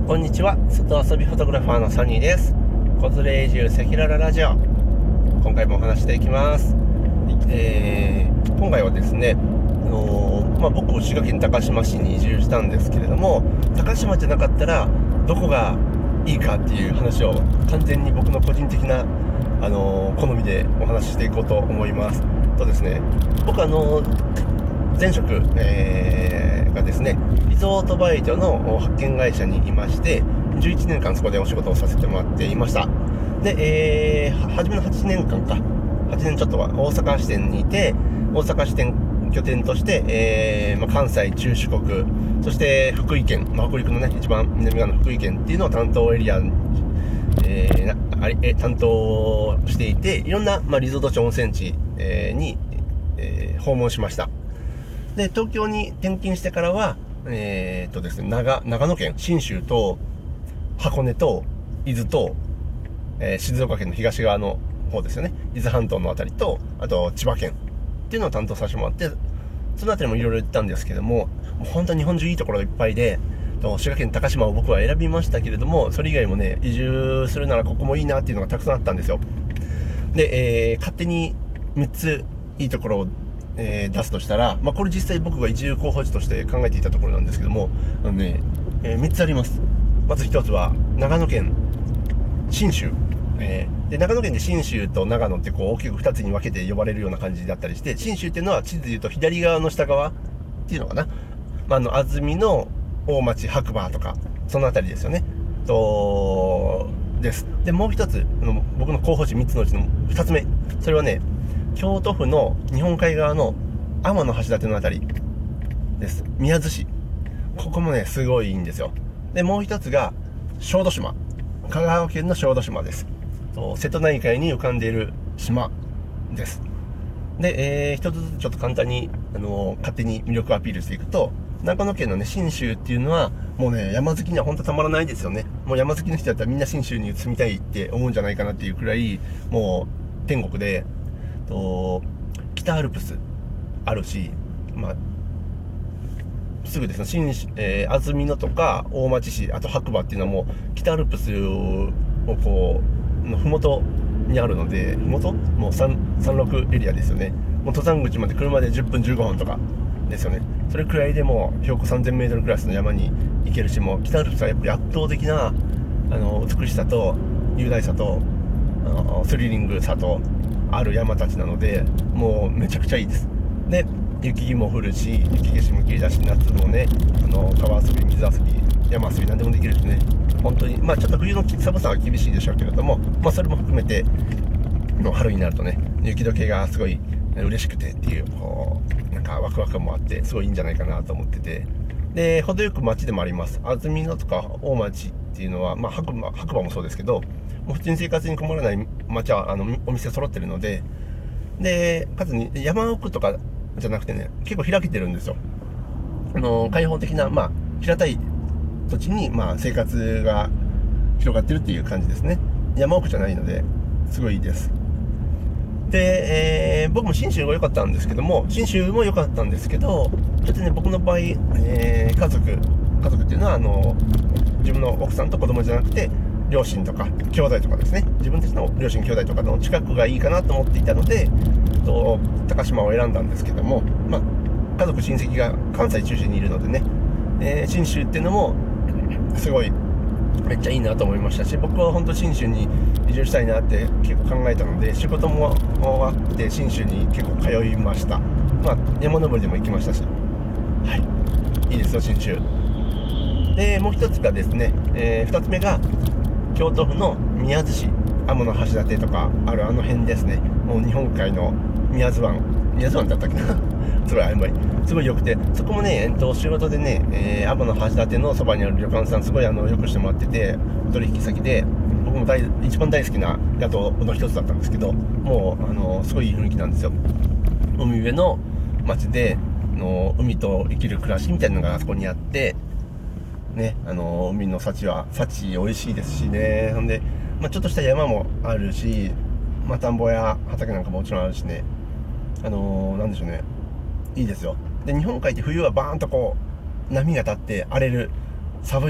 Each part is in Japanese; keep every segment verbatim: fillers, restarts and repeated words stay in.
こんにちは。外遊びフォトグラファーのサニーです。子連れ移住赤裸々ラジオ、今回もお話していきます。えー、今回はですね、あのーまあ、僕滋賀県高島市に移住したんですけれども、高島じゃなかったらどこがいいかっていう話を完全に僕の個人的な、あのー好みでお話ししていこうと思います。とですね、僕あのー前職、えー、がですね、リゾートバイトの派遣会社にいまして、じゅういちねんかんそこでお仕事をさせてもらっていました。で、えー、初めのはちねんかんか、はちねんちょっとは大阪支店にいて、大阪支店拠点として、えーまあ、関西、中四国、そして福井県、まあ、北陸のね、一番南側の福井県っていうのを担当エリア、えー、なあれえ担当していて、いろんな、まあ、リゾート地、温泉地、えー、に、えー、訪問しました。で、東京に転勤してからは、えー、っとですね、長、長野県、信州と、箱根と、伊豆と、えー、静岡県の東側の方ですよね。伊豆半島のあたりと、あと千葉県っていうのを担当させてもらって、そのあたりもいろいろ行ったんですけども、もう本当に日本中いいところがいっぱいで、滋賀県高島を僕は選びましたけれども、それ以外もね、移住するならここもいいなっていうのがたくさんあったんですよ。で、えー、勝手にみっついいところをえー、出すとしたら、まあ、これ実際僕が移住候補地として考えていたところなんですけども、あのね、えー、みっつあります。まずひとつは長野県信州、えー、で長野県で信州と長野ってこう大きくふたつに分けて呼ばれるような感じだったりして、信州っていうのは地図でいうと左側の下側っていうのかな、まあ、あの安曇野、大町、白馬とかそのあたりですよねとです。でもう一つの僕の候補地みっつのうちのふたつめ、それはね、京都府の日本海側の天橋立のあたりです。宮津市。ここもね、すごいいいんですよ。で、もう一つが、小豆島。香川県の小豆島です。瀬戸内海に浮かんでいる島です。で、えー、一つずつちょっと簡単に、あのー、勝手に魅力をアピールしていくと、長野県のね、信州っていうのは、もうね、山好きには本当たまらないですよね。もう山好きの人だったらみんな信州に住みたいって思うんじゃないかなっていうくらい、もう天国で、と北アルプスあるし、まあ、すぐですね、新、えー、安曇野とか大町市、あと白馬っていうのはもう北アルプスをこうの麓にあるので、麓もう山麓エリアですよね。もう登山口まで車でじゅっぷんじゅうごふんとかですよね。それくらいでもう標高さんぜんメートルクラスの山に行けるし、もう北アルプスはやっぱり圧倒的なあの美しさと雄大さとあのスリリングさとある山たちなので、もうめちゃくちゃいいです。で、雪も降るし、雪景色も綺麗だし、夏もね、あの川遊び、水遊び、山遊び何でもできるしね、本当に、まあちょっと冬の寒さは厳しいでしょうけれども、まあそれも含めての春になるとね、雪解けがすごい嬉しくてっていう、こうなんかワクワク感もあってすごいいいんじゃないかなと思ってて、で程よく街でもあります。安曇野とか大町っていうのは、まあ白馬、白馬もそうですけど、もう普通に生活に困らない街はあのお店揃ってるので、でかつに山奥とかじゃなくてね、結構開けてるんですよ。あの開放的な、まあ平たい土地に、まあ、生活が広がってるっていう感じですね。山奥じゃないのですごいいいです。で、えー、僕も信州が良かったんですけども、信州も良かったんですけど、ちょっとね、僕の場合、えー、家族家族っていうのはあの自分の奥さんと子供じゃなくて両親とか兄弟とかですね、自分たちの両親兄弟とかの近くがいいかなと思っていたので、と高島を選んだんですけども、まあ家族親戚が関西中心にいるのでね、えー、信州っていうのもすごいめっちゃいいなと思いましたし、僕は本当信州に移住したいなって結構考えたので、仕事もあって信州に結構通いました。まあ山登りでも行きましたし、はい、いいですよ信州。でもう一つがですね、えー、二つ目が京都府の宮津市、天橋立とかあるあの辺ですね。もう日本海の宮津湾、宮津湾だったっけなすごい曖昧、すごい良くて、そこもね、えっと、仕事でね、えー、天橋立のそばにある旅館さん、すごいあのよくしてもらってて、お取引先で僕も大一番大好きな宿の一つだったんですけど、もうあのすごいいい雰囲気なんですよ。海辺の町での海と生きる暮らしみたいなのがあそこにあってね、あの海の幸は幸美味しいですしね。ほんで、まあ、ちょっとした山もあるし、まあ、田んぼや畑なんかももちろんあるしね、あのー、なんでしょうね、いいですよ。で日本海って冬はバーンとこう波が立って荒れる寒い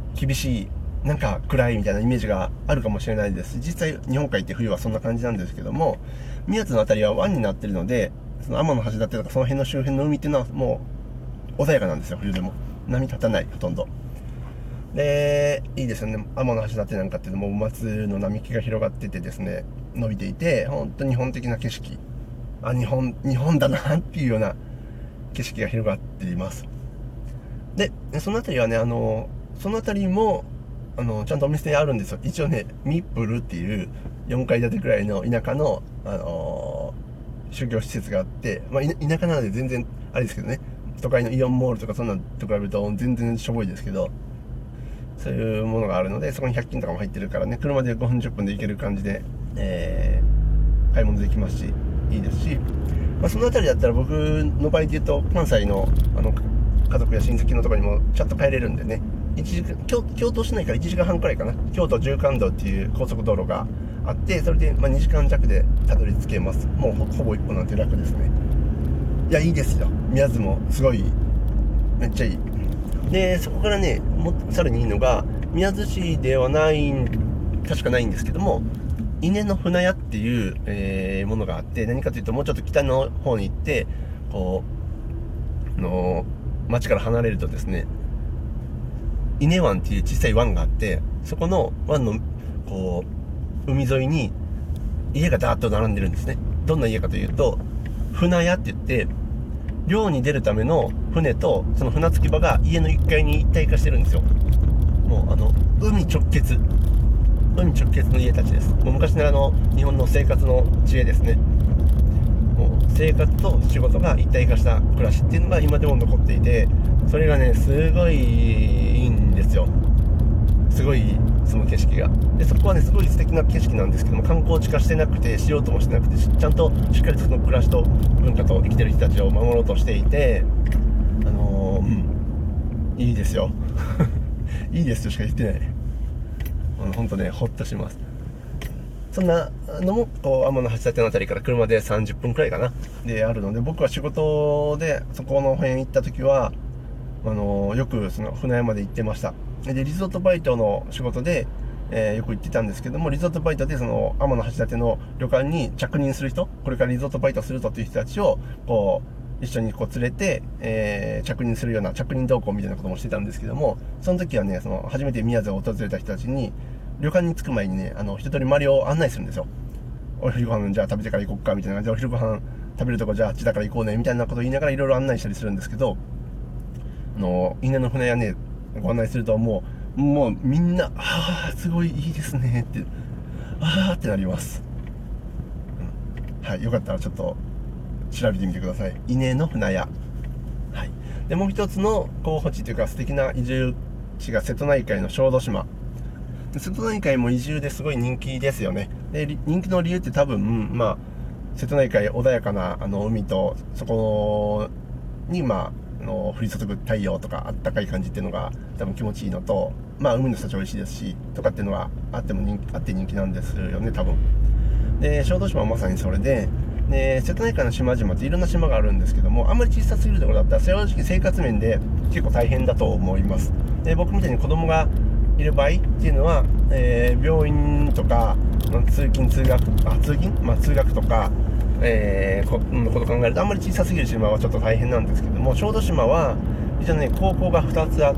厳しい、なんか暗いみたいなイメージがあるかもしれないです。実際日本海って冬はそんな感じなんですけども、宮津のあたりは湾になってるので、その天橋立とかその辺の周辺の海っていうのはもう穏やかなんですよ。冬でも波立たない、ほとんどでいいですよね。天橋立なんかっていうのも松の並木が広がっててですね、伸びていて、本当に日本的な景色、あ、日本日本だなっていうような景色が広がっています。でそのあたりはね、あのそのあたりもあのちゃんとお店あるんですよ。一応ね、ミップルっていうよんかい建てくらいの田舎の、あのー、商業施設があって、まあ、田舎なので全然あれですけどね、都会のイオンモールとかそんなのと比べると全然しょぼいですけど、そういうものがあるので、そこにひゃく均とかも入ってるからね、車でごふんじゅっぷんで行ける感じで、えー、買い物できますし、いいですし、まあ、そのあたりだったら僕の場合で言うと関西のあの家族や親戚のところにもちゃんと帰れるんでね、いちじかん、京、京都市内からいちじかんはんくらいかな、京都縦貫道っていう高速道路があって、それでまあにじかん弱でたどり着けます。もう ほ, ほぼいっぽんなんて楽ですね。いや、いいですよ。宮津もすごいめっちゃいい。でそこからね、もさらにいいのが、宮津市ではない確かないんですけども、稲の船屋っていう、えー、ものがあって、何かというともうちょっと北の方に行って、こうの町から離れるとですね、伊根湾っていう小さい湾があって、そこの湾のこう海沿いに家がダーッと並んでるんですね。どんな家かというと、船屋って言って、漁に出るための船とその船着き場が家のいっかいに一体化してるんですよ。もうあの海直結海直結の家たちです。もう昔ながらの日本の生活の知恵ですね。もう生活と仕事が一体化した暮らしっていうのが今でも残っていて、それがねすごいいいんですよ。すごいその景色が。でそこはねすごい素敵な景色なんですけども、観光地化してなくて、しようともしてなくて、ちゃんとしっかりとその暮らしと文化と生きてる人たちを守ろうとしていて、あのー、うんいいですよいいですとしか言ってない。ほんとね、ほっとします。そんなのもこう天橋立のあたりから車でさんじゅっぷんくらいかなであるので、僕は仕事でそこの辺行った時はあのー、よくその船屋まで行ってました。でリゾートバイトの仕事で、えー、よく行ってたんですけども、リゾートバイトでその天橋立の旅館に着任する人、これからリゾートバイトするぞという人たちをこう一緒にこう連れて、えー、着任するような着任同行みたいなこともしてたんですけども、その時はね、その初めて宮津を訪れた人たちに旅館に着く前にね、あの一通り周りを案内するんですよ。お昼ご飯じゃあ食べてから行こっかみたいな感じで、お昼ご飯食べるとこじゃああっちだから行こうねみたいなことを言いながらいろいろ案内したりするんですけど、あの稲の船屋ねご案内すると、もうもうみんなあーすごいいいですねってあーってなります、うん、はい、よかったらちょっと調べてみてください。稲の船屋。はい。でもう一つの候補地というか素敵な移住地が瀬戸内海の小豆島。瀬戸内海も移住ですごい人気ですよね。で人気の理由って多分、まあ瀬戸内海穏やかなあの海と、そこにまああの降り注ぐ太陽とかあったかい感じっていうのが多分気持ちいいのと、まあ海の幸美味しいですしとかっていうのがあっても人気あって人気なんですよね、多分。で小豆島はまさにそれで、で瀬戸内海の島々っていろんな島があるんですけども、あんまり小さすぎるところだったら正直生活面で結構大変だと思います。で僕みたいに子供がいる場合っていうのは、えー、病院とか、まあ、通勤通学あ通勤、まあ、通学とか、えー、このことを考えるとあんまり小さすぎる島はちょっと大変なんですけども、小豆島は一応ね高校がふたつあって、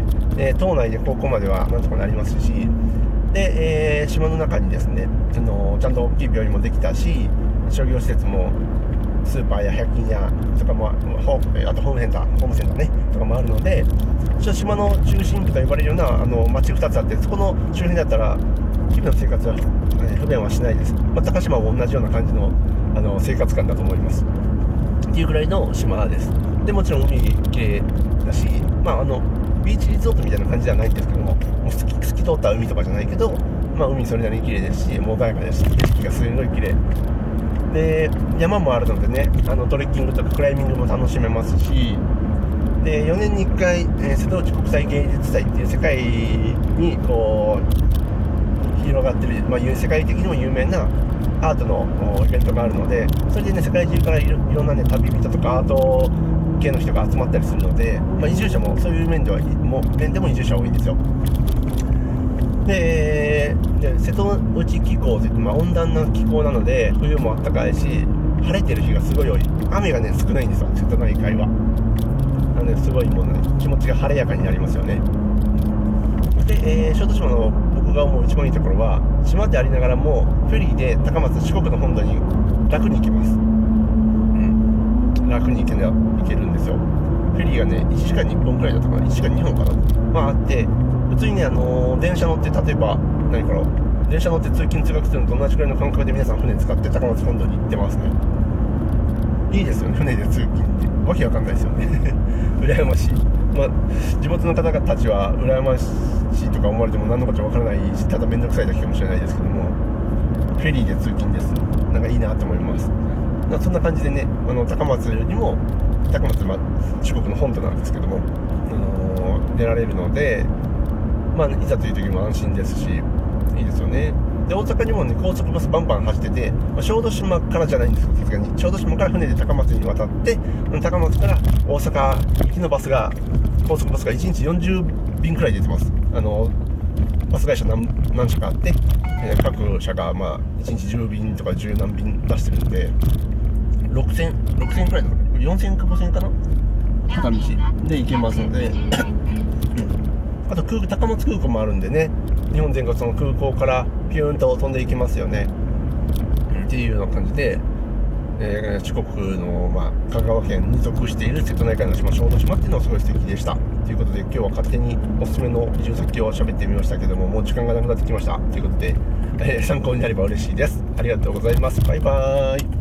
えー、島内で高校まではなんとかなりますし、で、えー、島の中にですね、あのちゃんと大きい病院もできたし、商業施設もスーパーやひゃく均やとかも、あとホームセンターホームセンターねとかもあるので、一応島の中心部と呼ばれるようなあの町ふたつあって、そこの周辺だったら日々の生活は、えー、不便はしないです。まあ、高島も同じような感じの、あの生活感だと思いますっていうぐらいの島です。でもちろん海綺麗だし、まああのビーチリゾートみたいな感じではないんですけども、もう透き、透き通った海とかじゃないけど、まあ海それなりに綺麗ですし、もう穏やかですし、景色がすごい綺麗で、山もあるのでね、あのトレッキングとかクライミングも楽しめますし、でよねんにいっかい、えー、瀬戸内国際芸術祭っていう世界にこう広がってる、まあ、世界的にも有名なアートのイベントがあるので、それでね世界中からい ろ, いろんなね旅人とかアート系の人が集まったりするので、まあ、移住者もそういう面ではもう面でも移住者多いんですよ。でで瀬戸内気候といって、まあ、温暖な気候なので冬も暖かいし晴れてる日がすごい多い。雨がね少ないんですよ、瀬戸内海は。なのですごいもう、ね、気持ちが晴れやかになりますよね。で、えー、小豆島の僕が思う一番いいところは、島でありながらもフェリーで高松四国の本土に楽に行けます。うん、楽に行け行けるんですよ。フェリーがねいちじかんにいっぽんくらいだったかな、いちじかんにほんかな、まああって、普通にね、あのー、電車乗って、例えば何かな、電車乗って通勤通学するのと同じくらいの感覚で皆さん船使って高松本土に行ってますね。いいですよね、船で通勤ってわけわかんないですよね羨ましい。まあ地元の方たちは羨ましいとか思われても何のことかわからないし、ただ面倒くさいだけかもしれないですけども、フェリーで通勤です。なんかいいなと思います。そんな感じでね、あの高松にも高松、まあ、四国の本土なんですけども、あのー、出られるので、まあ、いざという時も安心ですし、いいですよね。で、大阪にもね、高速バスバンバン走ってて、まあ、小豆島からじゃないんですけど、さすがに小豆島から船で高松に渡って、高松から大阪行きのバスが、高速バスがいちにちよんじゅうびんくらい出てます。あのバス会社 何, 何社かあって、えー、各社がまあいちにちじゅうびんとかじゅうなんびん出してるんで、ろくせんくらいだからよんせんかごせんかな、片道で行けますのであと空高松空港もあるんでね、日本全国その空港からピューンと飛んでいきますよねっていうような感じで、えー、四国の、まあ、香川県に属している瀬戸内海の島小豆島っていうのはすごい素敵でしたということで、今日は勝手におすすめの移住先を喋ってみましたけども、もう時間がなくなってきましたということで、えー、参考になれば嬉しいです。ありがとうございます。バイバーイ。